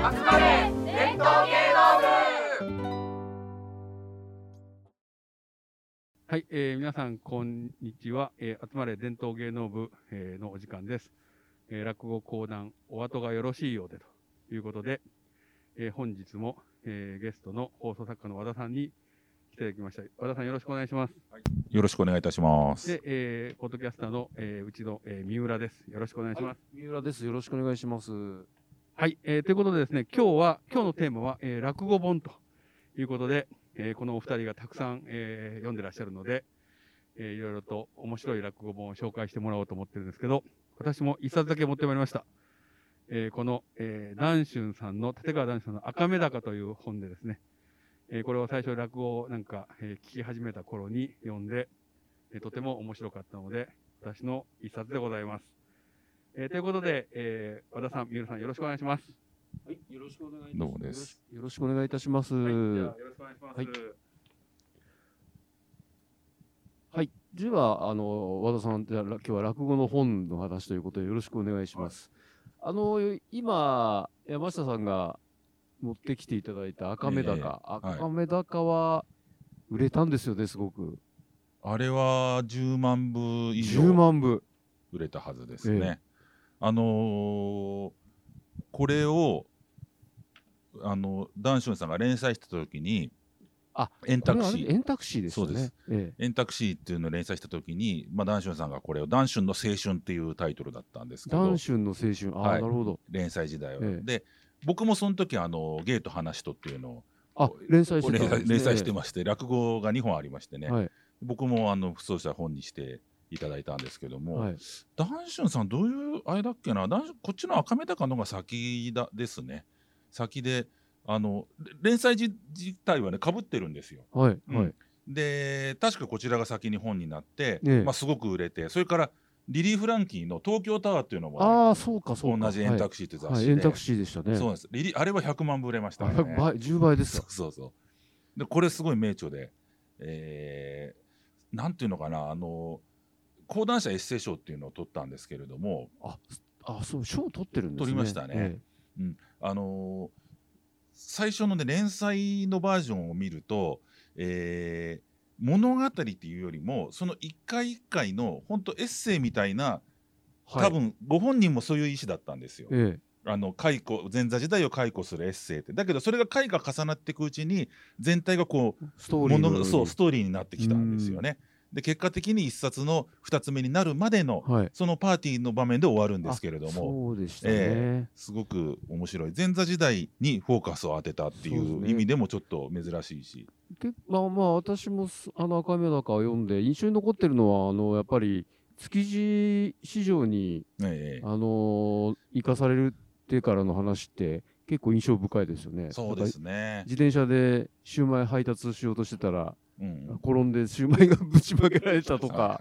集まれ伝統芸能部。 はい、皆さんこんにちは、集まれ伝統芸能部、のお時間です。落語講談お後がよろしいようでということで、本日も、ゲストの放送作家の和田さんに来ていただきました。和田さんよろしくお願いします。 はい、よろしくお願いいたします。 で、ポッドキャスターの、うちの、三浦です。よろしくお願いします。 三浦です。よろしくお願いします。 はい、ということでですね、今日のテーマは、落語本ということで、このお二人がたくさん、読んでらっしゃるので、いろいろと面白い落語本を紹介してもらおうと思ってるんですけど、私も一冊だけ持ってまいりました。この、談春さんの、立川談春さんの赤目高という本でですね、これを最初落語をなんか、聞き始めた頃に読んで、とても面白かったので、私の一冊でございます。ということで、和田さん、三浦さんよろしくお願いします。 はい、よろしくお願いします。 どうもです。 よろしくお願いいたします。 はい、じゃあよろしくお願いします。 はいはい、では和田さん、じゃあ今日は落語の本の話ということでよろしくお願いします。今山下さんが持ってきていただいた赤目高、赤目高は売れたんですよね、すごく。 あれは10万部以上 10万部売れたはずですね。これを談春さんが連載してた時に、円卓誌でしたね。そうです。 円卓誌っていうのを連載した時に、談春さんがこれを談春の青春っていうタイトルだったんですけど、 談春の青春、なるほど。 連載時代は、で僕もその時ゲート話とっていうのを連載してたんですね。 連載してまして、落語が2本ありましてね、僕もそうした本にしていただいたんですけども、談春さんどういうあれだっけな、こっちの赤目高のが先ですね。先で連載自体はね被ってるんですよ。で確かこちらが先に本になって、すごく売れて、それからリリー・フランキーの東京タワーっていうのも、同じ円卓誌って雑誌で、 円卓誌でしたね。 そうです。あれは100万部売れましたね。 10倍ですか。 そうでこれすごい名著で、なんていうのかな、講談社エッセイ賞っていうのを取ったんですけれども、 そう、賞を取ってるんですね。 取りましたね。最初のね連載のバージョンを見ると、物語っていうよりもその一回一回の本当エッセイみたいな、多分ご本人もそういう意思だったんですよ。前座時代を回顧するエッセイって。だけどそれが回が重なっていくうちに全体がこうストーリーになってきたんですよね。で結果的に一冊の二つ目になるまでの、そのパーティーの場面で終わるんですけれども、 そうでしたね。 すごく面白い。前座時代にフォーカスを当てたっていう意味でもちょっと珍しいし、 私も赤目高を読んで印象に残ってるのはやっぱり築地市場に生かされるってからの話って結構印象深いですよね。 そうですね。 自転車でシューマイ配達しようとしてたら、転んでシューマイがぶちまけられたとか、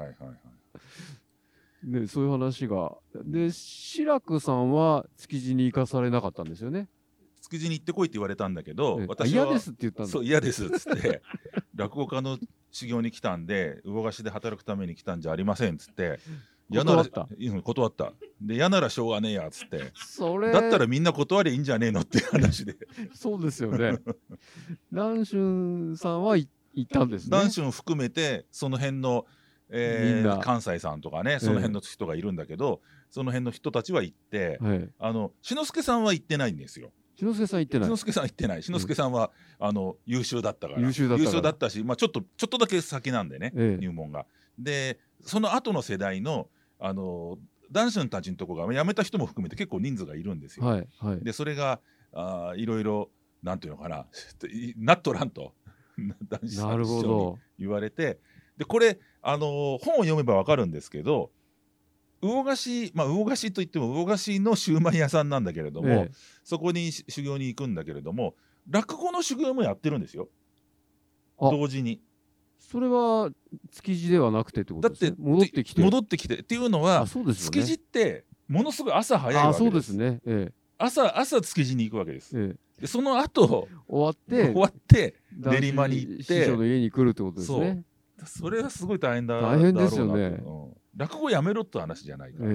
そういう話が。で志らくさんは築地に行かされなかったんですよね。 築地に行ってこいって言われたんだけど、私は嫌ですって言ったんだ。 そう、嫌ですっつって落語家の修行に来たんで、魚河岸で働くために来たんじゃありませんっつって、断った。で嫌ならしょうがねえやっつって、だったらみんな断りゃいいんじゃねえのっていう話でそうですよね。談春さんは行ったんですね。 談春含めてその辺の、関西さんとかね、その辺の人がいるんだけど、その辺の人たちは行って、志の輔さんは行ってないんですよ。 志の輔さん行ってない。 志の輔さん行ってない。志の輔さんは優秀だったから。 優秀だったし、 ちょっとだけ先なんでね、入門が。でその後の世代の談春たちのとこが辞めた人も含めて結構人数がいるんですよ。でそれがいろいろなんていうのかななっとらんと談春さん師匠に言われて、でこれ本を読めばわかるんですけど、魚河岸といっても魚河岸のシューマイ屋さんなんだけれども、そこに修行に行くんだけれども、落語の修行もやってるんですよ、同時に。 それは築地ではなくてってことですね。だって戻ってきてっていうのは、築地ってものすごい朝早いわけです。 そうですね。 朝築地に行くわけです。でその後終わって練馬に行って師匠の家に来るってことですね。 それはすごい大変だ。 大変ですよね。 落語やめろって話じゃないから。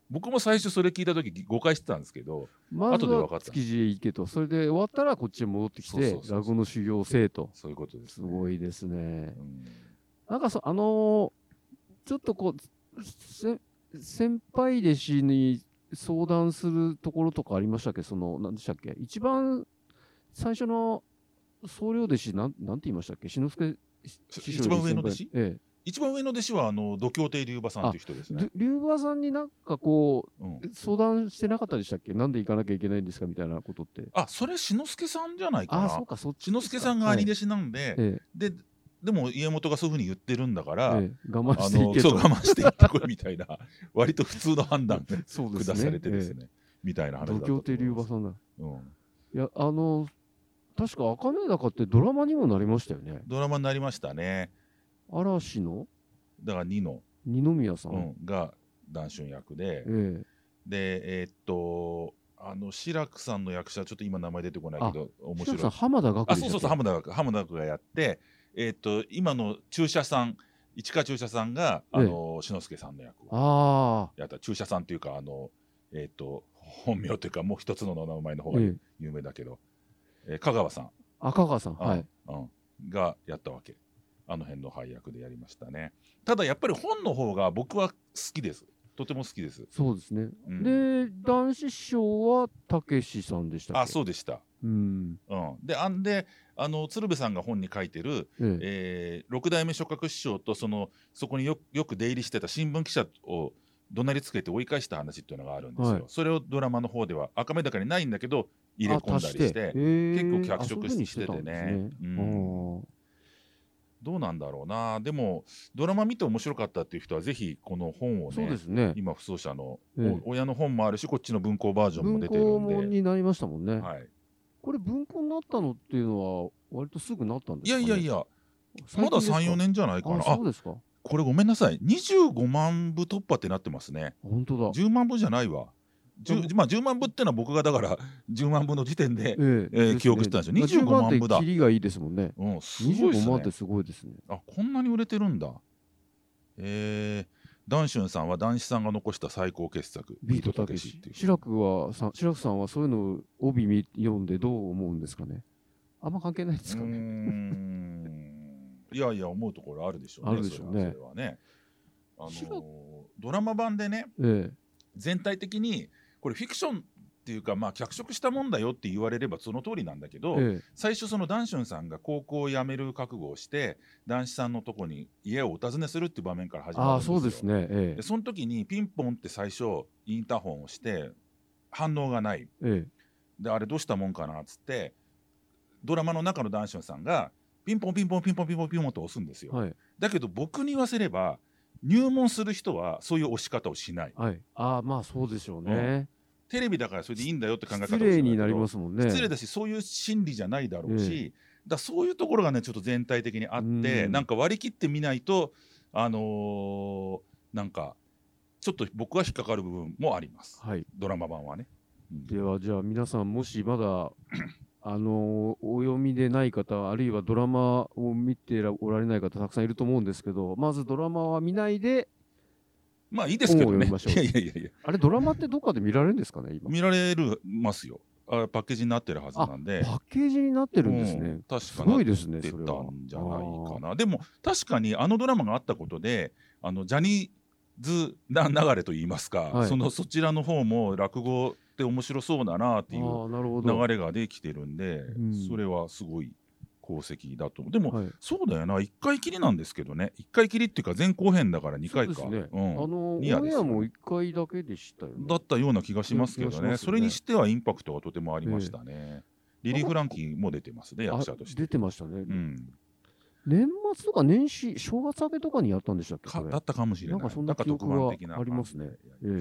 僕も最初それ聞いた時誤解してたんですけど、 まずは後で分かった築地へ行けと、それで終わったらこっちへ戻ってきて落語の修行をせえと。 そういうことです、 すごいですね。 うん、 なんかちょっとこう先輩弟子に相談するところとかありましたっけ？何でしたっけ？一番最初の総領弟子なんて言いましたっけ？志の輔師匠。 一番上の弟子？ ええ、 一番上の弟子は度胸亭龍馬さんという人ですね。 龍馬さんになんかこう、相談してなかったでしたっけ？なんで行かなきゃいけないんですかみたいなことって。 それ志の輔さんじゃないかな。 そうか、そっち。 志の輔さんが兄弟子なんで、でも家元がそういうふうに言ってるんだから、 我慢していけと。 我慢していってこいみたいな割と普通の判断が下されてですね、みたいな話だったと思います。 度胸亭龍馬さんだ。いや確か赤目高ってドラマにもなりましたよね。 ドラマになりましたね。 嵐のだから二宮さん、 が談春役で、で志らくさんの役者ちょっと今名前出てこないけど面白い。 浜田岳。 そう浜田岳がやって、今の市川中車さんが志の輔さんの役をやった。中車さんというか本名というかもう一つの名前の方が有名だけど、香川さんがやったわけ。あの辺の配役でやりましたね。ただやっぱり本の方が僕は好きです。とても好きです。 そうですね。で談志師匠は武史さんでしたっけ？ そうでした。で鶴瓶さんが本に書いてる六代目松鶴師匠とそこによく出入りしてた新聞記者を怒鳴りつけて追い返した話っていうのがあるんですよ。それをドラマの方では赤目高にないんだけど入れ込んだりして結構脚色しててね。どうなんだろうな。でもドラマ見て面白かったっていう人はぜひこの本をね、今不走者の親の本もあるしこっちの文庫バージョンも出てるんで文庫になりましたもんね。これ文庫になったのっていうのは割とすぐなったんですかね？ いやまだ 3,4 年じゃないかな。 そうですか。 これごめんなさい、25万部突破ってなってますね。 本当だ。 10万部じゃないわ。10万部ってのは僕がだから10万部の時点で記憶してたんですよ。25万部だ。 キリがいいですもんね。25万ってすごいですね。 こんなに売れてるんだ。談春さんは談志さんが残した最高傑作ビートたけしっていう。 志らくさんはそういうの帯読んでどう思うんですかね？あんま関係ないですかね？ いや思うところあるでしょうね。 あるでしょうね。 それはね。ドラマ版でね、全体的にこれフィクションっていうか脚色したもんだよって言われればその通りなんだけど、最初その談春さんが高校を辞める覚悟をして談志さんのとこに家をお訪ねするっていう場面から始まるんですよ。 そうですね。 でその時にピンポンって最初インターホンをして反応がない。であれどうしたもんかなっつってドラマの中の談春さんがピンポンピンポンピンポンピンポンピンポンと押すんですよ。だけど僕に言わせれば入門する人はそういう押し方をしない。 まあそうでしょうね。 テレビだからそれでいいんだよって考え方をする。 失礼になりますもんね。 失礼だしそういう心理じゃないだろうし、そういうところがねちょっと全体的にあってなんか割り切ってみないとなんかちょっと僕は引っかかる部分もあります。ドラマ版はね。 ではじゃあ皆さんもしまだお読みでない方あるいはドラマを見ておられない方たくさんいると思うんですけど、まずドラマは見ないでいいですけどね。 あれドラマってどっかで見られるんですかね？今見られますよ。パッケージになってるはずなんで。 パッケージになってるんですね。 確かすごいですね。 出たんじゃないかな。でも確かにドラマがあったことでジャニーズ流れといいますか、そちらの方も落語って面白そうだなっていう流れができてるんで、それはすごい功績だと思う。でも、そうだよな、1回きりなんですけどね。1回きりっていうか前後編だから2回か。 オンエアも1回だけでしたよね。 だったような気がしますけどね。それにしてはインパクトがとてもありましたね。リリー・フランキーも出てますね、役者として。 出てましたね。年末とか年始正月明けとかにやったんでしたっけ？ だったかもしれない。 なんかそんな記憶がありますね。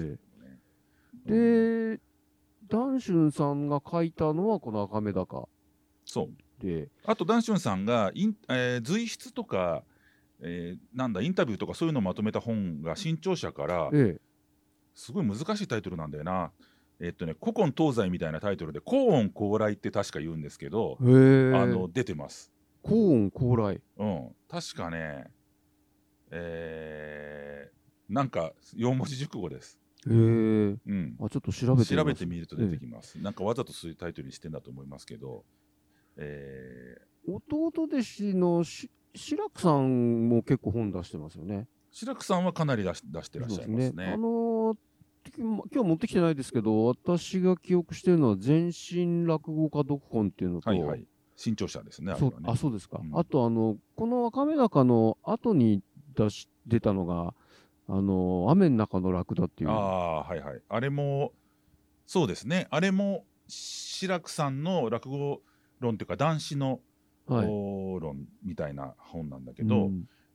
で談春さんが書いたのはこの赤目高。 であと談春さんが随筆とか、インタビューとかそういうのをまとめた本が新潮社から、すごい難しいタイトルなんだよな。古今東西みたいなタイトルで高音高来って確か言うんですけど出てます。 高音高来。 確かねなんか4文字熟語です。 へえ。ちょっと調べてみると出てきます。なんかわざとそういうタイトルにしてんだと思いますけど。 弟弟子の志らくさんも結構本出してますよね。 志らくさんはかなり出してらっしゃいますね。 今日持ってきてないですけど、私が記憶しているのは全身落語家読本っていうのと、 新潮社ですね。 そうですか。あとこの赤目高の後に出たのが雨の中のラクダっていう。 あれもそうですね。あれも志らくさんの落語論というか談志の論みたいな本なんだけど、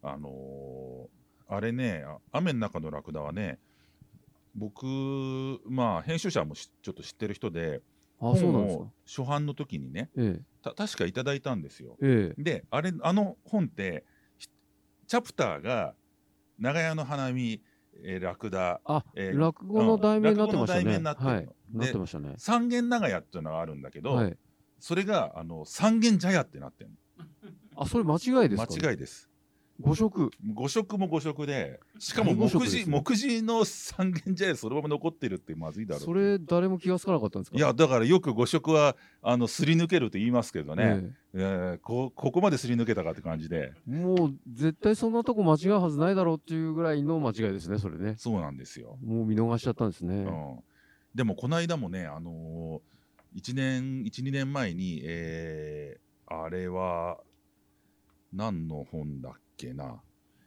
あれね、雨の中のラクダはね、僕編集者もちょっと知ってる人で、本を初版の時にね、確かいただいたんですよ。で、あの本ってチャプターが長屋の花見、ラクダ、 落語の題名になってましたね。なってましたね。 三軒長屋っていうのがあるんだけど、それが三軒茶屋ってなってるの。それ間違いですか？ 間違いです。 五色も五色で、しかも目次の三軒茶屋そのまま残ってるってまずいだろう。 それ誰も気がつかなかったんですか？ いやだからよく五色はすり抜けると言いますけどね、ここまですり抜けたかって感じで、 もう絶対そんなとこ間違うはずないだろうっていうぐらいの間違いですね、それね。 そうなんですよ。 もう見逃しちゃったんですね。 でもこの間もね、1、2年前に、あれは何の本だっけな、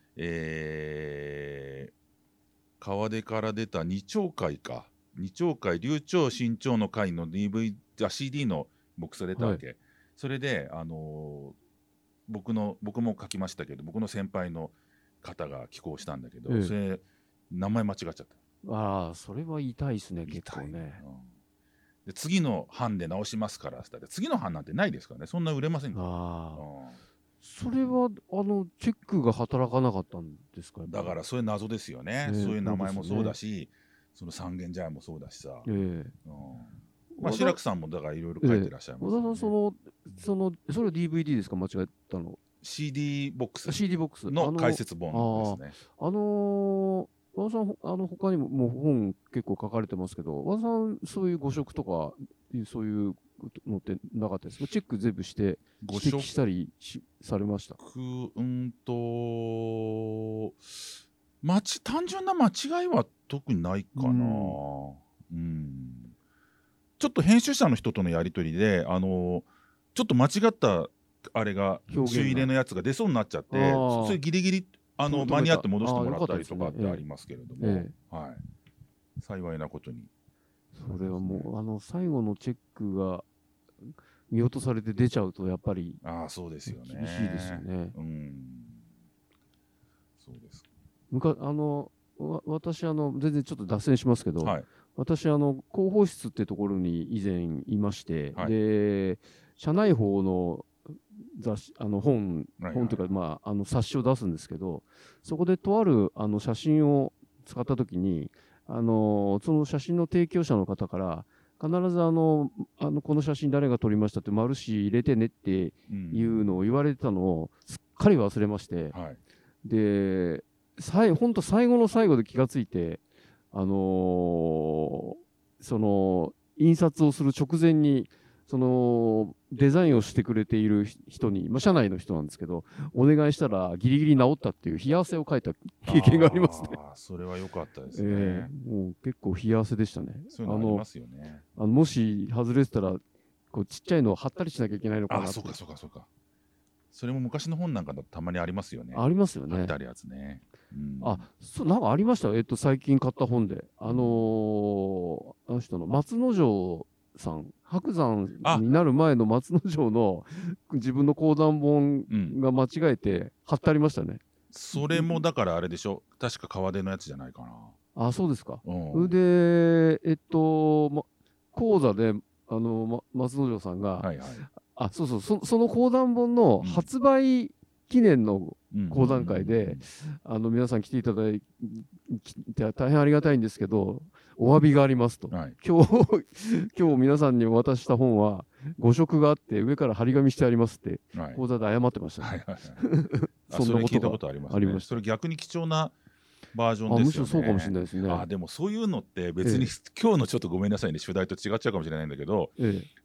川出から出た二丁会流暢新潮の会の CD のボックスが出たわけ、それで僕も書きましたけど、僕の先輩の方が寄稿したんだけど、それ名前間違っちゃった。 それは痛いですね、結構ね。 で次の版で直しますからって言ったら、次の版なんてないですからね、そんな売れませんから。 それはチェックが働かなかったんですか？ だからそういう謎ですよね。そういう名前もそうだし、その三軒茶屋もそうだしさ。志らくさんもだからいろいろ書いてらっしゃいます。 小田さんそれは DVD ですか？間違えたの。 CD ボックス。 CD ボックスの解説本ですね。 和田さん他にも本結構書かれてますけど、和田さんそういう誤植とかそういうのってなかったですか？チェック全部して指摘したりされました？ 単純な間違いは特にないかな。ちょっと編集者の人とのやり取りでちょっと間違ったあれが朱入れのやつが出そうになっちゃって、それギリギリ間に合って戻してもらったりとかってありますけれども、幸いなことに。 それはもう最後のチェックが見落とされて出ちゃうとやっぱりそうですよね。 厳しいですよね。 そうです。 私全然ちょっと脱線しますけど、私広報室ってところに以前いまして、で社内報の雑誌本というか冊子を出すんですけど、そこでとある写真を使った時にその写真の提供者の方から必ずこの写真誰が撮りましたって丸紙入れてねっていうのを言われてたのをすっかり忘れまして、で本当最後の最後で気がついてその印刷をする直前にそのデザインをしてくれている人に、社内の人なんですけど、お願いしたらギリギリ治ったっていう冷や汗を書いた経験がありますね。 それは良かったですね。 もう結構冷や汗でしたね。 そういうのありますよね。 もし外れてたらちっちゃいのを貼ったりしなきゃいけないのかなって。 そうか。それも昔の本なんかだとたまにありますよね。 ありますよね。 貼ってあるやつね。 なんかありましたよ。最近買った本であの人の松之丞さん、白山になる前の松之丞の自分の講談本が間違えて貼ってありましたね。 それもだからあれでしょ、確か川出のやつじゃないかな。 そうですか。で講座で松之丞さんが、その講談本の発売記念の講談会で皆さん来ていただいて大変ありがたいんですけど、お詫びがありますと、今日皆さんに渡した本は誤植があって上から張り紙してありますって講座で謝ってましたね。 そんなこと聞いたことありますね。それ逆に貴重なバージョンですよね。 むしろそうかもしれないですね。 でもそういうのって別に、今日のちょっとごめんなさいね、主題と違っちゃうかもしれないんだけど、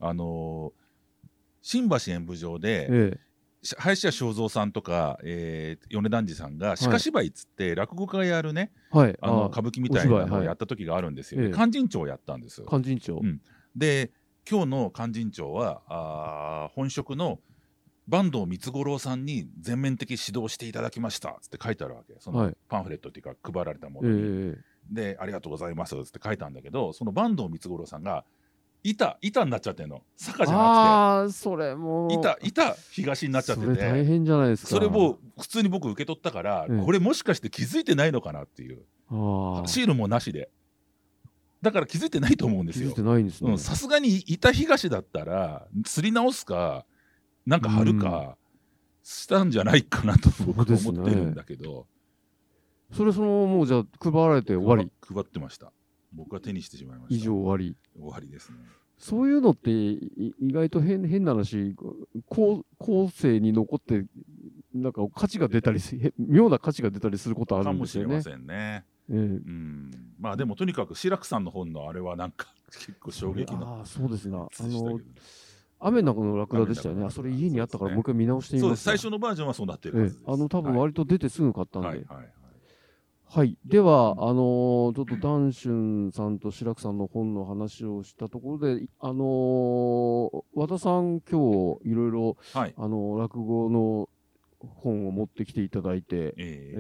新橋演舞場で、林家正蔵さんとか、米團次さんが鹿芝居っつって落語家がやるね、歌舞伎みたいなのをやった時があるんですよ。勧進帳をやったんです。 勧進帳。 で今日の勧進帳は本職の坂東光五郎さんに全面的指導していただきましたって書いてあるわけ。そのパンフレットっていうか配られたものに、でありがとうございますって書いたんだけど、その坂東光五郎さんが板になっちゃってんの。坂じゃなくて、 それも板東になっちゃってて、 それ大変じゃないですか。 それを普通に僕受け取ったから、これもしかして気づいてないのかなっていう、シールもなしで、だから気づいてないと思うんですよ。 気づいてないんですね。 さすがに板東だったらすり直すかなんか貼るかしたんじゃないかなと僕は思ってるんだけど、 それもうじゃあ配られて終わり。 配ってました。僕は手にしてしまいました。 以上終わり。 終わりですね。 そういうのって意外と変な話、後世に残ってなんか価値が出たり妙な価値が出たりすることあるんですよね。 かもしれませんね。まあでもとにかく志らくさんの本のあれはなんか結構衝撃の。 そうですね。雨の中のラクダでしたよね。それ家にあったからもう一回見直してみます。 最初のバージョンはそうなってるはずです。 多分割と出てすぐ買ったんで。はい、では、ちょっと談春さんと志らくさんの本の話をしたところで、和田さん、今日いろいろ落語の本を持ってきていただいて、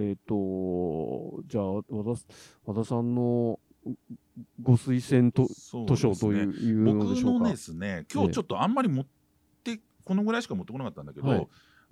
じゃあ和田さんのご推薦図書というのでしょうか。 僕のですね、今日ちょっとあんまりこのぐらいしか持ってこなかったんだけど、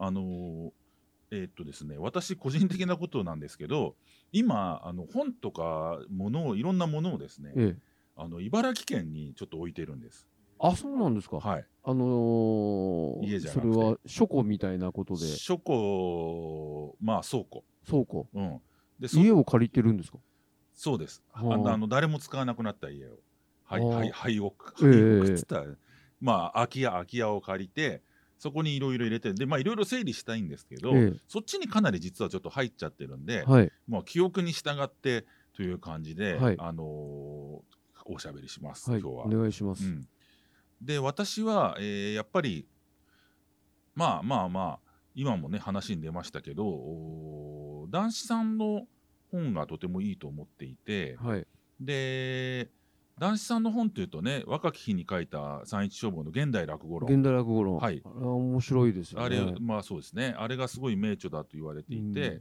ですね、私個人的なことなんですけど、今本とかいろんなものをですね、茨城県にちょっと置いてるんです。 そうなんですか。 はい。 家じゃなくて、それは書庫みたいなことで。 書庫、まあ倉庫。 で家を借りてるんですか。 そうです。誰も使わなくなった家を廃屋っつったら、まあ空き家を借りて、そこにいろいろ入れて、でいろいろ整理したいんですけど、そっちにかなり実はちょっと入っちゃってるんで、まあ記憶に従ってという感じで、おしゃべりします、今日は。 お願いします。 で私は、やっぱりまあ今もね話に出ましたけど、談志さんの本がとてもいいと思っていて、で談志さんの本というとね、若き日に書いた三一書房の現代落語論。 現代落語論。面白いですよね。 まあそうですね。あれがすごい名著だと言われていて、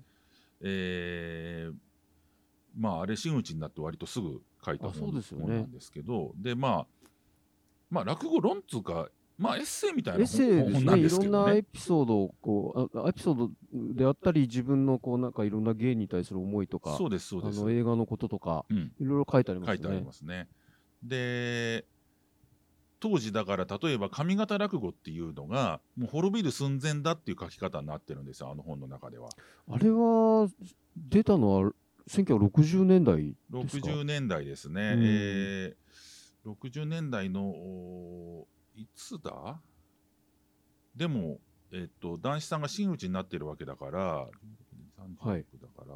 まああれ真打ちになって割とすぐ書いた本なんですけど、でまあ落語論つうか、まあエッセイみたいな本なんですけどね。 いろんなエピソードをエピソードであったり、自分のなんかいろんな芸に対する思いとか、 そうです映画のこととか、いろいろ書いてありますね。 書いてありますね。で当時だから例えば上方落語っていうのがもう滅びる寸前だっていう書き方になってるんですよ、本の中では。 あれは出たのは1960年代ですか。 60年代ですね。60年代のいつだでも談志さんが真打ちになってるわけだから、36だから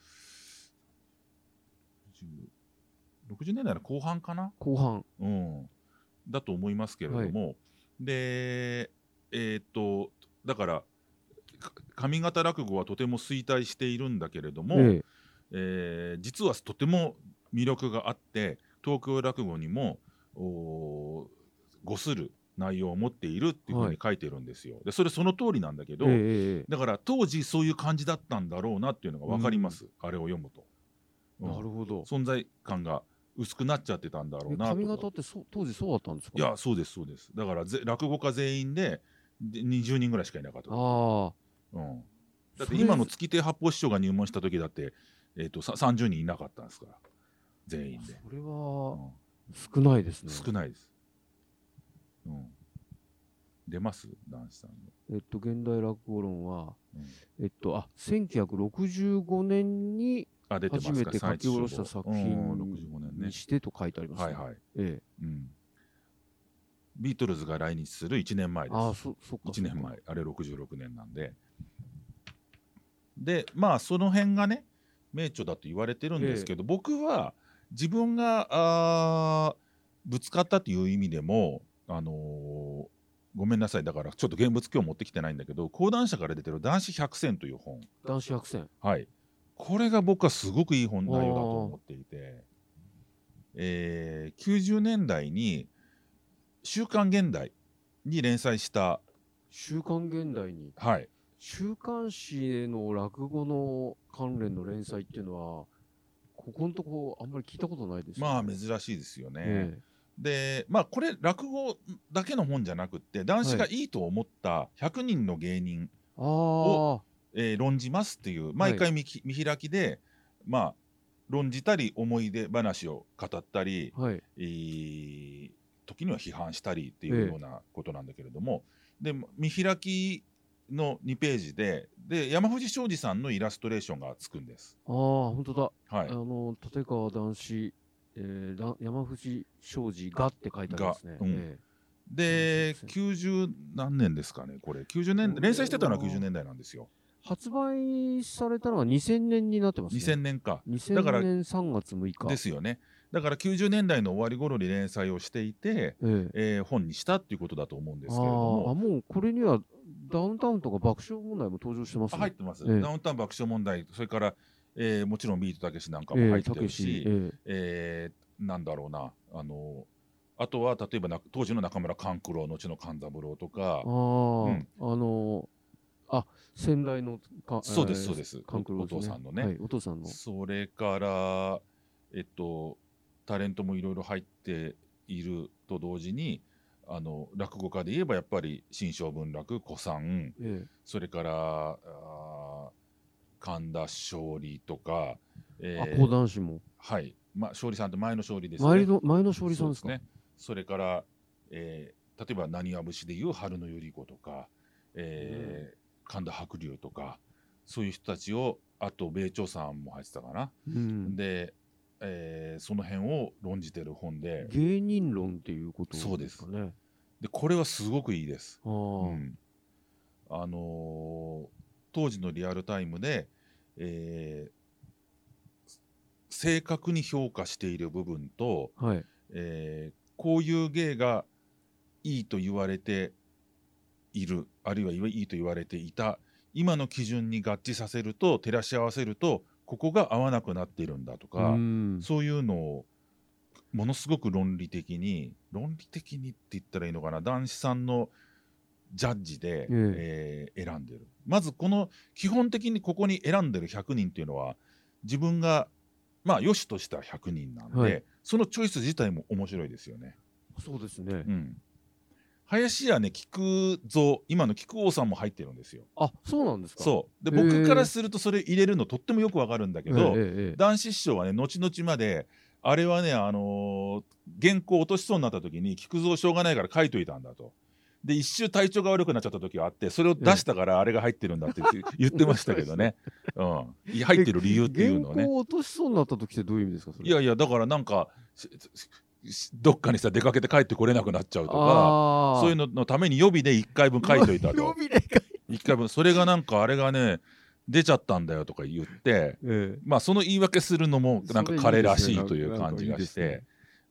、60年代の後半かな。 後半、 だと思いますけれども、でだから上方落語はとても衰退しているんだけれども、実はとても魅力があって、東京落語にもごする内容を持っているっていうふうに書いてるんですよ。でその通りなんだけど、だから当時そういう感じだったんだろうなっていうのが分かります、あれを読むと。 なるほど。 存在感が薄くなっちゃってたんだろうなと。 上方って当時そうだったんですか。 いやそうですそうです。だから落語家全員で20人ぐらいしかいなかった。だって今の月亭八方師匠が入門した時だって30人いなかったんですから、全員で。 それは少ないですね。 少ないです。出ます談志さんの。 現代落語論は、1965年に初めて書き下ろした作品にしてと書いてありますね。 ビートルズが来日する1年前です。 1 年前、あれ66年なんで。でまあその辺がね、 名著だと言われてるんですけど、僕は自分がぶつかったという意味でも、ごめんなさい、だからちょっと現物今日持ってきてないんだけど、講談社から出てる男子百選という本。 男子百選。 はい。これが僕はすごくいい本内容だと思っていて、90年代に週刊現代に連載した。 週刊現代に。 はい。 週刊誌の落語の関連の連載っていうのは、ここのとこあんまり聞いたことないですよね。 まあ珍しいですよね。でまあこれ落語だけの本じゃなくって、男子がいいと思った100人の芸人を、論じますっていう毎回見開きで、まあ論じたり思い出話を語ったり、時には批判したりっていうようなことなんだけれども、で見開きの2ページで山藤昌司さんのイラストレーションがつくんです。 本当だ。 はい。 立川談志、山藤昌司がって書いてありますね。 で90何年ですかね、これ90年連載してたのは90年代なんですよ。 発売されたのは2000年になってますね。2000 年か。 2000年3月6日ですよね。だから90年代の終わり頃に連載をしていて、本にしたっていうことだと思うんですけれども。 もうこれにはダウンタウンとか爆笑問題も登場してますね。 入ってます。ダウンタウン爆笑問題、それから、もちろんビートたけしなんかも入ってるし、なんだろうな、あとは例えば当時の中村勘九郎、後の勘三郎とか、 先代のそうですそうです、 勘九郎ですね、 お父さんのね、 お父さんの。 それからタレントもいろいろ入っていると同時に、落語家で言えばやっぱり新昌文楽古参、それから神田勝利とか、 講談師も、 はい、勝利さんって前の勝利ですね。 前の勝利さんですか。 ね。それから、例えば浪花節でいう春野百合子とか、神田伯龍とか、そういう人たちを、あと米朝さんも入ってたかな。で、その辺を論じてる本で、 芸人論っていうことですかね。 そうです。でこれはすごくいいです。当時のリアルタイムで、正確に評価している部分と、こういう芸がいいと言われている、あるいはいいと言われていた今の基準に合致させると、照らし合わせるとここが合わなくなっているんだとか、そういうのをものすごく論理的にって言ったらいいのかな、談志さんのジャッジで、選んでる。まずこの基本的にここに選んでる100人っていうのは自分が良しとした100人なんで、そのチョイス自体も面白いですよね。 そうですね。 林家ね、菊蔵、今の菊王さんも入ってるんですよ。 そうなんですか。 そうで、僕からするとそれ入れるのとってもよくわかるんだけど、談志師匠はね、後々まであれはね、原稿落としそうになった時に菊蔵しょうがないから書いといたんだと。で一瞬体調が悪くなっちゃった時があって、それを出したからあれが入ってるんだって言ってましたけどね。入ってる理由っていうのをね。 原稿落としそうになった時ってどういう意味ですか、それ。 いやだからなんかどっかにさ出かけて帰ってこれなくなっちゃうとか、そういうののために予備で1回分書いといたと。予備で1回分、それがなんかあれがね出ちゃったんだよとか言って、その言い訳するのもなんか彼らしいという感じがして、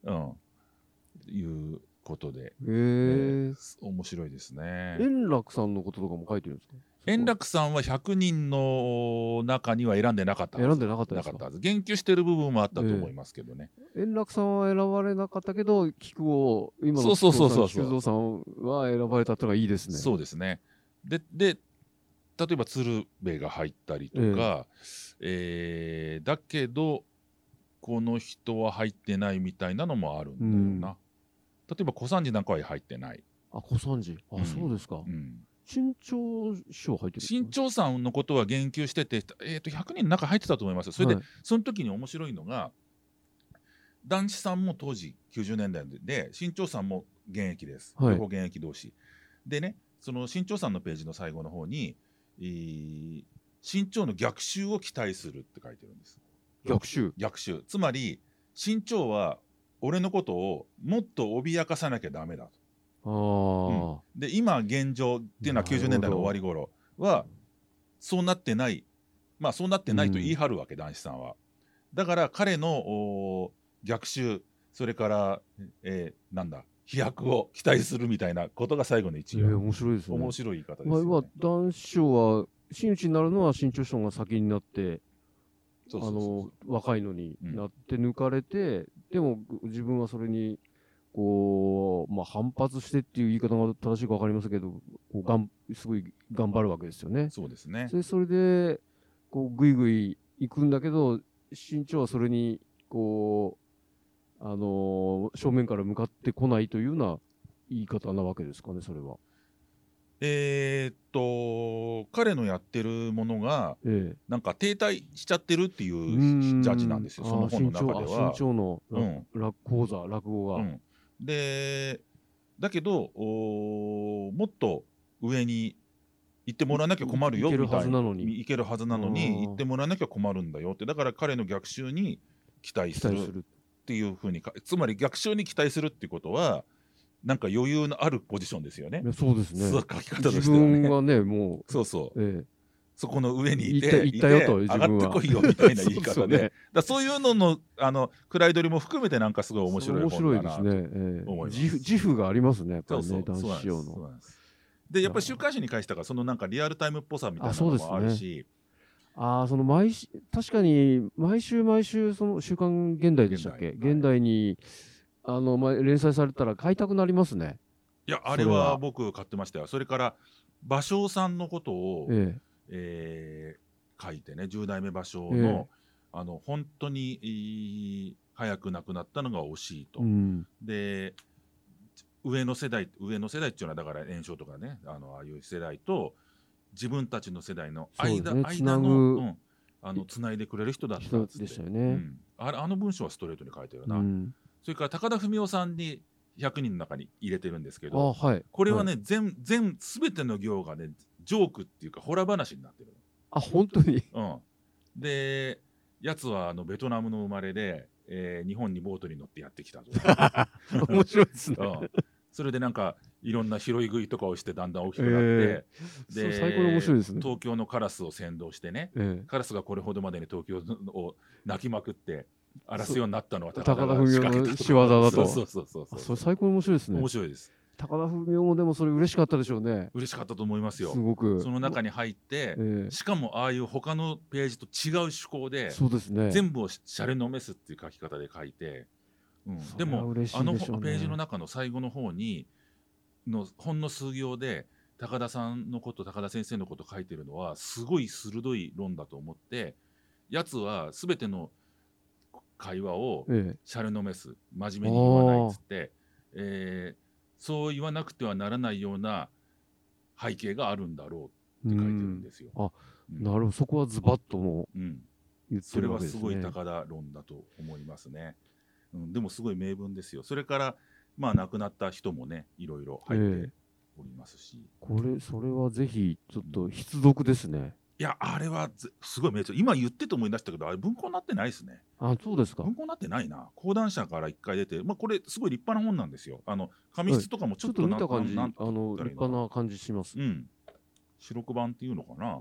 いうことで、面白いですね。 円楽さんのこととかも書いてるんですか。 円楽さんは100人の中には選んでなかったはず。 選んでなかったですか。 言及してる部分もあったと思いますけどね。 円楽さんは選ばれなかったけど、菊を今の菊蔵さんは選ばれたってのがいいですね。 そうですね。で例えば鶴瓶が入ったりとか、だけどこの人は入ってないみたいなのもあるんだよな。例えば小三治なんかは入ってない。 小三治、そうですか。新潮師匠入ってる。 新潮さんのことは言及してて、100人の中入ってたと思います。それで、その時に面白いのが、談志さんも当時90年代で、新潮さんも現役です。両方現役同士でね、その新潮さんのページの最後の方に新潮の逆襲を期待するって書いてるんです。逆襲、つまり新潮は俺のことをもっと脅かさなきゃダメだと。で今現状っていうのは90年代の終わり頃はそうなってない、 まあそうなってないと言い張るわけ、男子さんは。だから彼の逆襲、それから、なんだ飛躍を期待するみたいなことが最後の一行。 面白いですね。 面白い言い方ですよね。 まあ、男子賞は真打ちになるのは新潮賞が先になって、若いのになって抜かれて、でも自分はそれにこう、まあ、反発してっていう言い方が正しいか分かりませんけど、すごい頑張るわけですよね。 そうですね。 それでこうぐいぐい行くんだけど、新潮はそれにこう正面から向かってこないというような言い方なわけですかね、それは。 彼のやってるものが、なんか停滞しちゃってるっていうジャッジなんですよ、その本の中では。 新潮の講座、落語が。 で、だけどもっと上に行ってもらわなきゃ困るよみたいな、行けるはずなのに行ってもらわなきゃ困るんだよって、だから彼の逆襲に期待するっていうふうに、つまり逆襲に期待するっていうことは、なんか余裕のあるポジションですよね。 そうですね。 書き方としてはね。 自分はね、もうそうそう。そこの上にいて、 行ったよと、 上がってこいよみたいな言い方で、そういうのの位取りも含めてなんかすごい面白い本だなと思います。 自負がありますね、やっぱりね、男子仕様の。 で、やっぱり週刊誌に返したから、そのなんかリアルタイムっぽさみたいなのもあるし。 確かに毎週その週刊現代でしたっけ、現代に連載されたら買いたくなりますね。 いや、あれは僕買ってましたよ。それから芭蕉さんのことを書いてね、10代目芭蕉の本当に早く亡くなったのが惜しいと。で、上の世代っていうのはだから炎症とかね、ああいう世代と自分たちの世代の間のつないでくれる人だったんですよね。あの文章はストレートに書いてるな。それから高田文夫さんに100人の中に入れてるんですけど、これはね、全ての行がね、ジョークっていうかホラ話になってる。 本当に。 で、やつはベトナムの生まれで、日本にボートに乗ってやってきたと。 面白いですね。 それでなんかいろんな拾い食いとかをしてだんだん大きくなって、 で最高に面白いですね。 東京のカラスを先導してね、カラスがこれほどまでに東京を泣きまくって荒らすようになったのは高田文夫の仕業だと。 それ最高に面白いですね。 面白いです。 高田文夫もでもそれ嬉しかったでしょうね。 嬉しかったと思いますよ。 すごく。 その中に入って、しかもああいう他のページと違う趣向で、全部をシャレのめすっていう書き方で書いて、でもページの中の最後の方にほんの数行で高田先生のこと書いてるのはすごい鋭い論だと思って、やつは全ての会話をシャレのめす、真面目に言わないっつって、そう言わなくてはならないような背景があるんだろうって書いてるんですよ。 なるほど、そこはズバッとも言ってるわけですね。それはすごい高田論だと思いますね。でもすごい名文ですよ。それからまあ亡くなった人もね、いろいろ入っておりますし、 それはぜひちょっと必読ですね。 いや、あれはすごい名著。今言ってて思い出したけど、あれ文庫になってないですね。 そうですか。 文庫になってないな。講談社から1回出て、これすごい立派な本なんですよ。紙質とかもちょっと見た感じ、立派な感じします。 白黒版っていうのかな。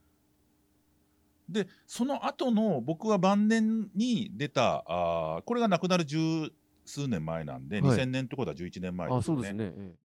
で、その後の僕は晩年に出たこれが亡くなる十数年前なんで、2000年ってことは11年前ですよね。